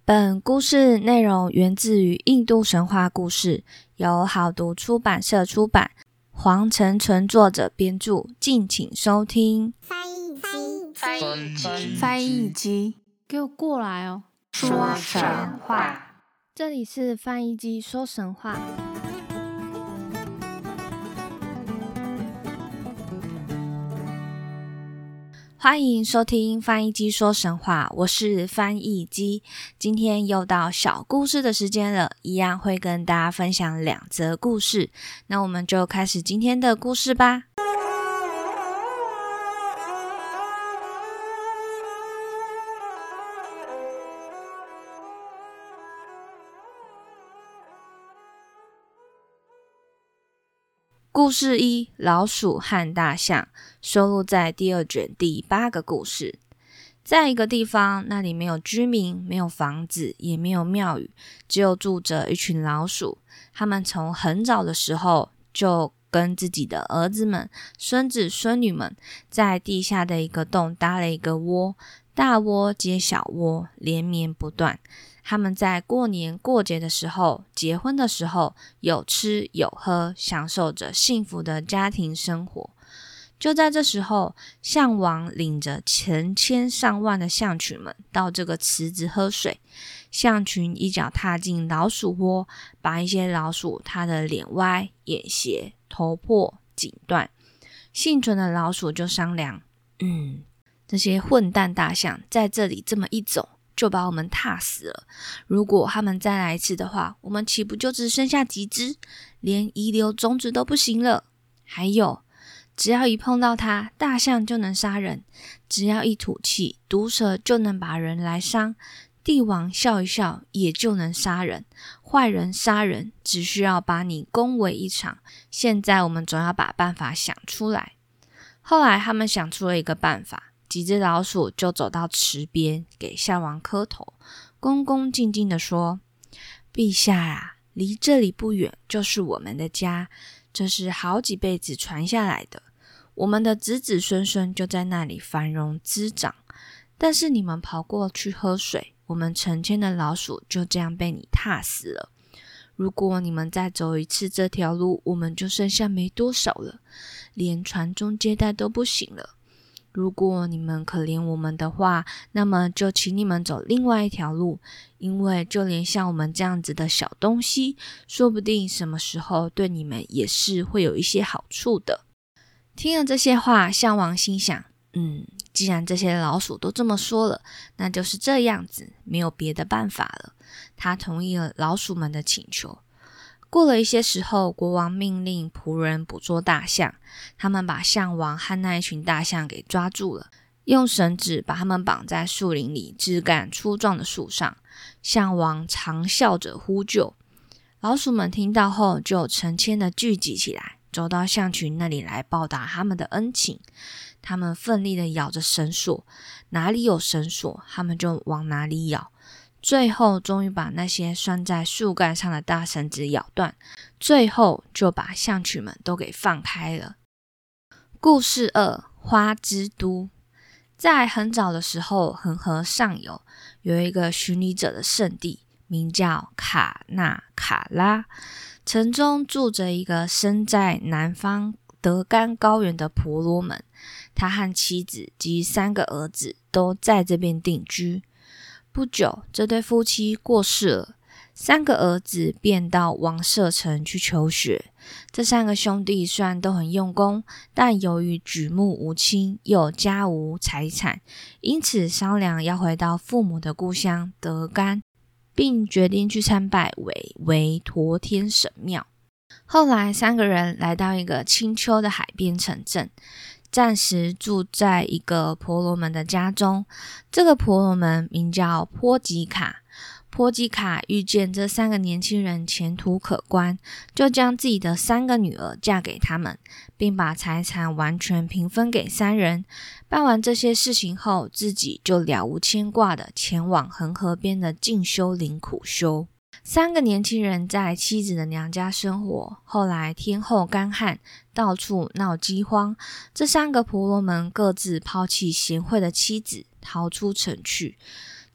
本故事内容源自于印度神话故事，由好读出版社出版，黄承纯作者编著，敬请收听。 翻译机，给我过来哦！ 说神话， 这里是翻译机说神话。欢迎收听翻译机说神话，我是翻译机。今天又到小故事的时间了，一样会跟大家分享2则故事。那我们就开始今天的故事吧。故事1：老鼠和大象，收录在第2卷第8个故事。在一个地方，那里没有居民，没有房子，也没有庙宇，只有住着一群老鼠。他们从很早的时候就跟自己的儿子们、孙子孙女们在地下的一个洞搭了一个窝，大窝接小窝，连绵不断。他们在过年过节的时候，结婚的时候，有吃有喝，享受着幸福的家庭生活。就在这时候，象王领着成千上万的象群们到这个池子喝水。象群一脚踏进老鼠窝，把一些老鼠踏得脸歪、眼斜、头破、颈断。幸存的老鼠就商量，这些混蛋大象在这里这么一走，就把我们踏死了。如果他们再来一次的话，我们岂不就只剩下几只，连遗留种子都不行了？还有，只要一碰到它，大象就能杀人；只要一吐气，毒蛇就能把人来伤；帝王笑一笑，也就能杀人。坏人杀人，只需要把你攻为一场。现在我们总要把办法想出来。后来他们想出了一个办法，几只老鼠就走到池边，给象王磕头，恭恭敬敬地说：“陛下啊，离这里不远就是我们的家，这是好几辈子传下来的，我们的子子孙孙就在那里繁荣滋长。但是你们跑过去喝水，我们成千的老鼠就这样被你踏死了。如果你们再走一次这条路，我们就剩下没多少了，连传宗接代都不行了。如果你们可怜我们的话，那么就请你们走另外一条路，因为就连像我们这样子的小东西，说不定什么时候对你们也是会有一些好处的。”听了这些话，象王心想，既然这些老鼠都这么说了，那就是这样子，没有别的办法了。他同意了老鼠们的请求。过了一些时候，国王命令仆人捕捉大象，他们把象王和那一群大象给抓住了，用绳子把他们绑在树林里枝干粗壮的树上。象王长啸着呼救，老鼠们听到后就成千的聚集起来，走到象群那里来报答他们的恩情。他们奋力的咬着绳索，哪里有绳索，他们就往哪里咬。最后终于把那些拴在树干上的大绳子咬断，最后就把象群们都给放开了。故事2：花之都。在很早的时候，恒河上游有一个巡礼者的圣地，名叫卡纳卡拉。城中住着一个身在南方德干高原的婆罗门，他和妻子及3个儿子都在这边定居。不久，这对夫妻过世了，3个儿子便到王舍城去求学。这3个兄弟虽然都很用功，但由于举目无亲，又家无财产，因此商量要回到父母的故乡德干，并决定去参拜韦陀天神庙。后来3个人来到一个清秋的海边城镇，暂时住在一个婆罗门的家中。这个婆罗门名叫波吉卡。波吉卡遇见这3个年轻人前途可观，就将自己的3个女儿嫁给他们，并把财产完全平分给3人。办完这些事情后，自己就了无牵挂的前往恒河边的静修林苦修。3个年轻人在妻子的娘家生活，后来天后干旱，到处闹饥荒，这3个婆罗门各自抛弃贤惠的妻子，逃出城去。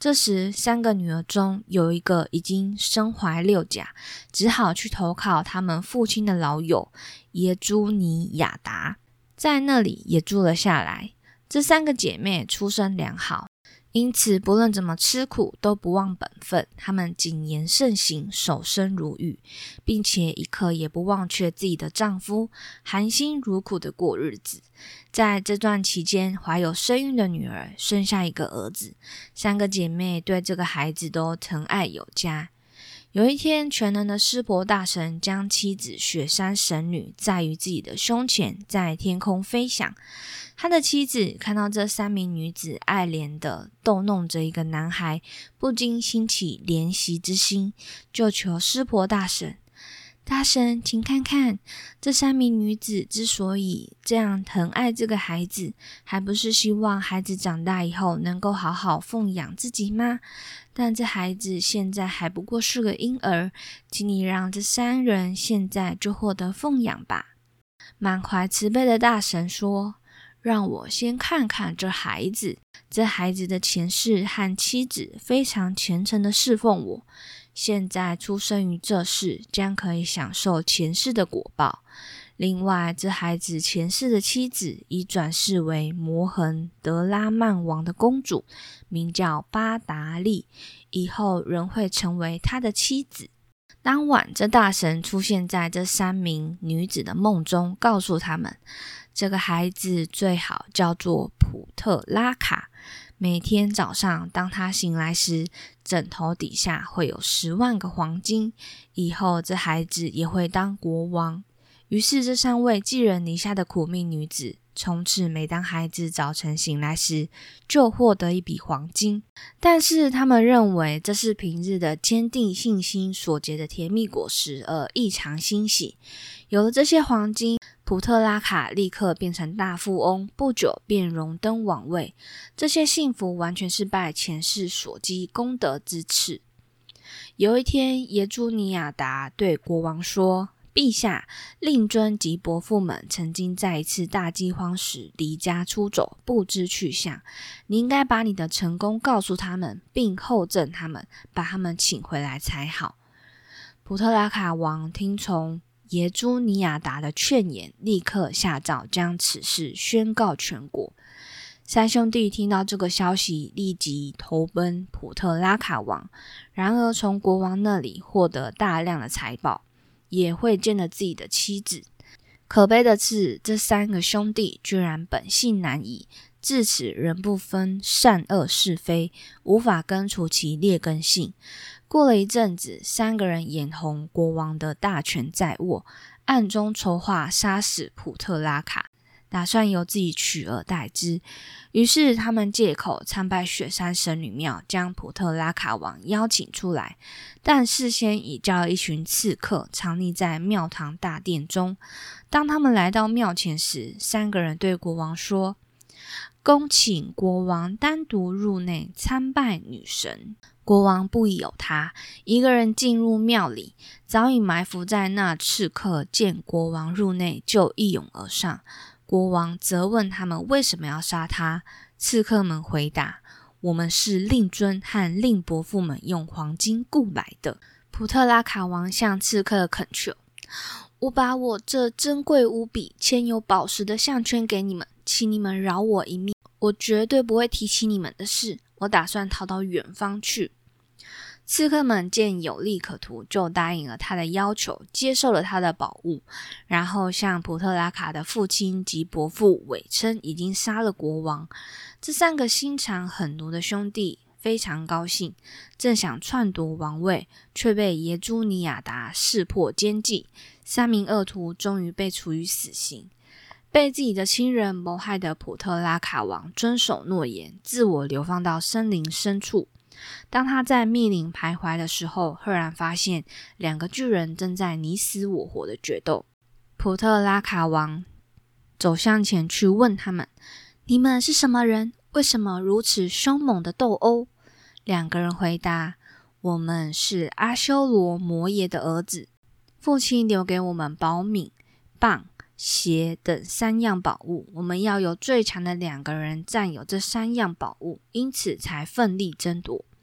这时3个女儿中有一个已经身怀6甲，只好去投靠他们父亲的老友耶朱尼亚达，在那里也住了下来。这3个姐妹出身良好，因此不论怎么吃苦都不忘本分，她们谨言慎行，守身如玉，并且一刻也不忘却自己的丈夫，含辛茹苦的过日子。在这段期间怀有身孕的女儿生下一个儿子，3个姐妹对这个孩子都疼爱有加。有一天，全能的湿婆大神将妻子雪山神女载于自己的胸前，在天空飞翔。他的妻子看到这3名女子爱怜地逗弄着一个男孩，不禁兴起怜惜之心，就求湿婆大神：大神，请看看，这3名女子之所以这样疼爱这个孩子，还不是希望孩子长大以后能够好好奉养自己吗？但这孩子现在还不过是个婴儿，请你让这3人现在就获得奉养吧。满怀慈悲的大神说：让我先看看这孩子，这孩子的前世和妻子非常虔诚的侍奉我，现在出生于这世，将可以享受前世的果报。另外，这孩子前世的妻子已转世为摩恒德拉曼王的公主，名叫巴达利，以后仍会成为他的妻子。当晚，这大神出现在这3名女子的梦中，告诉他们，这个孩子最好叫做普特拉卡。每天早上当他醒来时，枕头底下会有10万个黄金，以后这孩子也会当国王。于是这3位寄人篱下的苦命女子，从此每当孩子早晨醒来时，就获得一笔黄金。但是他们认为这是平日的坚定信心所结的甜蜜果实，而异常欣喜。有了这些黄金，普特拉卡立刻变成大富翁，不久便荣登王位。这些幸福完全是拜前世所积功德之赐。有一天，耶朱尼亚达对国王说：陛下，令尊及伯父们曾经在一次大饥荒时离家出走，不知去向。你应该把你的成功告诉他们，并厚赠他们，把他们请回来才好。普特拉卡王听从耶朱尼亚达的劝言，立刻下诏将此事宣告全国。3兄弟听到这个消息，立即投奔普特拉卡王，然而从国王那里获得大量的财宝，也会见了自己的妻子。可悲的是，这3个兄弟居然本性难移，至此仍不分善恶是非，无法根除其劣根性。过了一阵子，3个人眼红国王的大权在握，暗中筹划杀死普特拉卡，打算由自己取而代之。于是他们借口参拜雪山神女庙，将普特拉卡王邀请出来，但事先已叫了一群刺客藏匿在庙堂大殿中。当他们来到庙前时，3个人对国王说：恭请国王单独入内参拜女神。国王不疑有他，一个人进入庙里，早已埋伏在那刺客见国王入内就一拥而上。国王责问他们为什么要杀他，刺客们回答：我们是令尊和令伯父们用黄金雇来的。普特拉卡王向刺客恳求：我把我这珍贵无比、嵌有宝石的项圈给你们，请你们饶我一命，我绝对不会提起你们的事，我打算逃到远方去。刺客们见有利可图，就答应了他的要求，接受了他的宝物，然后向普特拉卡的父亲及伯父伪称已经杀了国王。这3个心肠狠毒的兄弟非常高兴，正想篡夺王位，却被耶朱尼亚达识破奸计，3名恶徒终于被处以死刑。被自己的亲人谋害的普特拉卡王遵守诺言，自我流放到森林深处。当他在密林徘徊的时候，赫然发现2个巨人正在你死我活的决斗。普特拉卡王走向前去问他们：你们是什么人？为什么如此凶猛的斗殴？2个人回答：我们是阿修罗摩耶的儿子，父亲留给我们宝皿、棒、鞋等3样宝物，我们要有最强的2个人占有这3样宝物，因此才奋力争夺。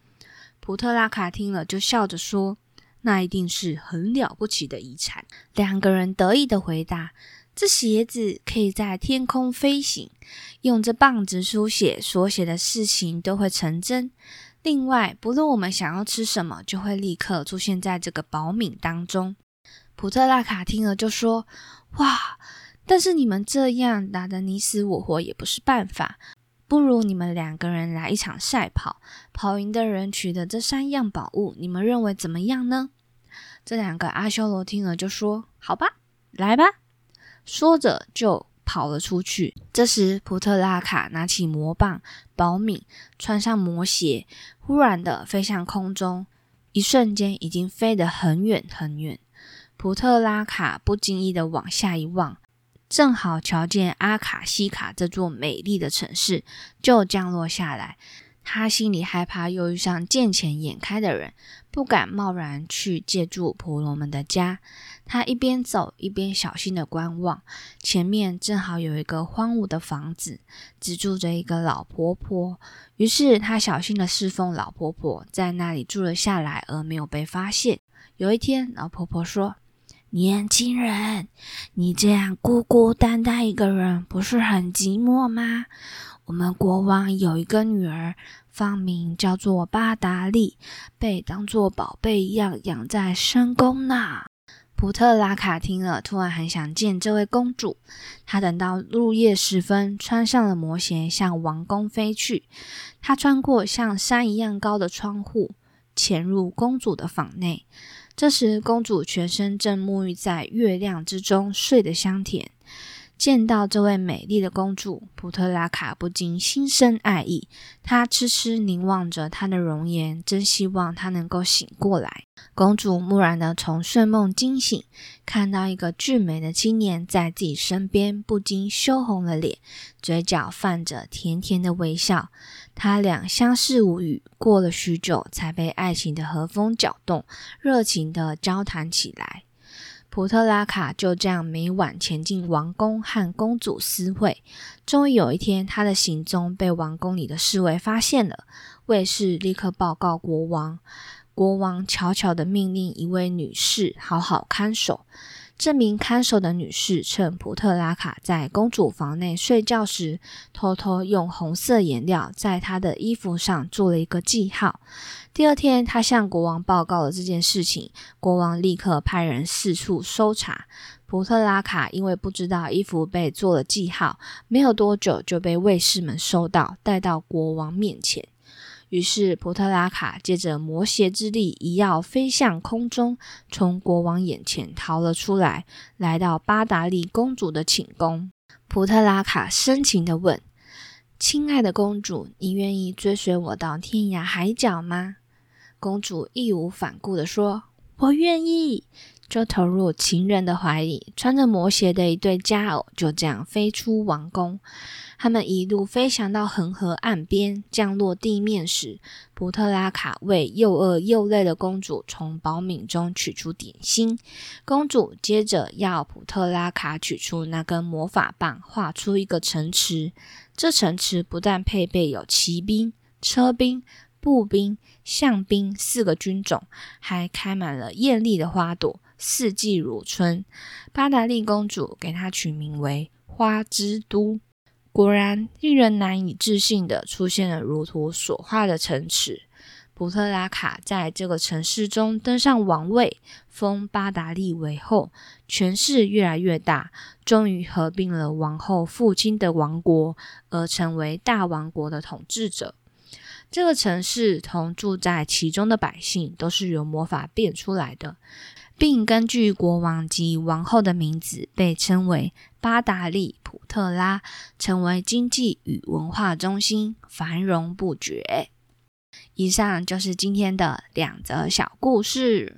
普特拉卡听了就笑着说，那一定是很了不起的遗产。两个人得意的回答，这鞋子可以在天空飞行，用这棒子书写所写的事情都会成真。另外，不论我们想要吃什么，就会立刻出现在这个宝皿当中。普特拉卡听了就说，哇，但是你们这样打得你死我活也不是办法，不如你们两个人来一场赛跑，跑赢的人取得这3样宝物，你们认为怎么样呢？这两个阿修罗听了就说，好吧，来吧，说着就跑了出去。这时普特拉卡拿起魔棒、宝皿，穿上魔鞋，忽然的飞向空中，一瞬间已经飞得很远很远。普特拉卡不经意的往下一望，正好瞧见阿卡西卡这座美丽的城市就降落下来。他心里害怕又遇上见钱眼开的人，不敢贸然去借住婆罗门的家。他一边走一边小心的观望，前面正好有一个荒芜的房子，只住着一个老婆婆。于是他小心的侍奉老婆婆，在那里住了下来，而没有被发现。有一天，老婆婆说，年轻人，你这样孤孤单单一个人，不是很寂寞吗？我们国王有一个女儿，芳名叫做巴达利，被当作宝贝一样养在深宫呢。普特拉卡听了，突然很想见这位公主。他等到入夜时分，穿上了魔鞋，向王宫飞去。他穿过像山一样高的窗户，潜入公主的房内。这时，公主全身正沐浴在月亮之中，睡得香甜。见到这位美丽的公主，普特拉卡不禁心生爱意。他痴痴凝望着她的容颜，真希望她能够醒过来。公主蓦然的从睡梦惊醒，看到一个俊美的青年在自己身边，不禁羞红了脸，嘴角泛着甜甜的微笑。他俩相视无语，过了许久，才被爱情的和风搅动，热情的交谈起来。普特拉卡就这样每晚前进王宫和公主私会。终于有一天，他的行踪被王宫里的侍卫发现了，卫士立刻报告国王。国王悄悄地命令一位女士好好看守。这名看守的女士趁普特拉卡在公主房内睡觉时，偷偷用红色颜料在她的衣服上做了一个记号。第二天，她向国王报告了这件事情，国王立刻派人四处搜查。普特拉卡因为不知道衣服被做了记号，没有多久就被卫士们收到，带到国王面前。于是普特拉卡借着魔鞋之力，一跃飞向空中，从国王眼前逃了出来，来到巴达利公主的寝宫。普特拉卡深情地问，亲爱的公主，你愿意追随我到天涯海角吗？公主义无反顾地说，我愿意，就投入情人的怀里。穿着魔鞋的一对佳偶就这样飞出王宫。他们一路飞翔到恒河岸边，降落地面时，普特拉卡为又饿又累的公主从宝皿中取出点心。公主接着要普特拉卡取出那根魔法棒，画出一个城池。这城池不但配备有骑兵、车兵、步兵、象兵4个军种，还开满了艳丽的花朵，四季如春。巴达利公主给它取名为花之都。果然，令人难以置信的出现了如图所画的城池。普特拉卡在这个城市中登上王位，封巴达利为后，权势越来越大，终于合并了王后父亲的王国，而成为大王国的统治者。这个城市同住在其中的百姓都是由魔法变出来的，并根据国王及王后的名字被称为巴达利普特拉，成为经济与文化中心，繁荣不绝。以上就是今天的2则小故事。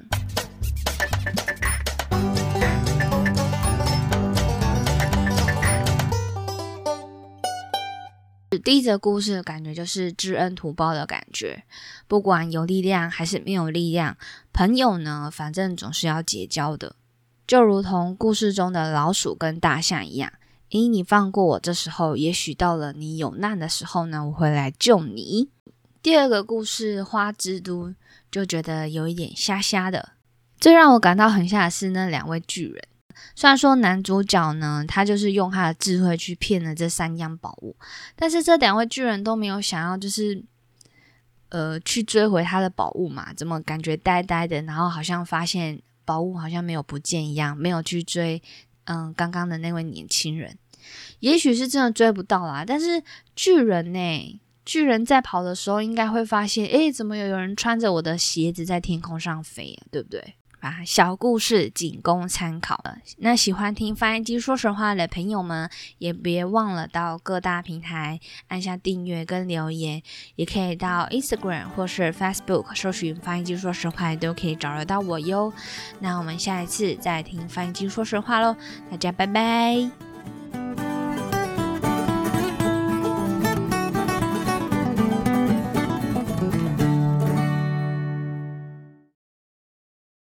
第一则故事感觉就是知恩图报的感觉，不管有力量还是没有力量，朋友呢，反正总是要结交的。就如同故事中的老鼠跟大象一样，你放过我，这时候也许到了你有难的时候呢，我会来救你。 第二个故事花之都就觉得有一点瞎瞎的。最让我感到很吓的是那2位巨人。虽然说男主角呢，他就是用他的智慧去骗了这3样宝物，但是这2位巨人都没有想要就是去追回他的宝物嘛，怎么感觉呆呆的，然后好像发现宝物好像没有不见一样，没有去追刚刚的那位年轻人。也许是真的追不到啦，但是巨人在跑的时候应该会发现，怎么有人穿着我的鞋子在天空上飞啊，对不对？小故事仅供参考。那喜欢听翻译机说实话的朋友们，也别忘了到各大平台按下订阅跟留言，也可以到 Instagram 或是 Facebook 搜寻翻译机说实话，都可以找得到我哟。那我们下一次再听翻译机说实话咯，大家拜拜。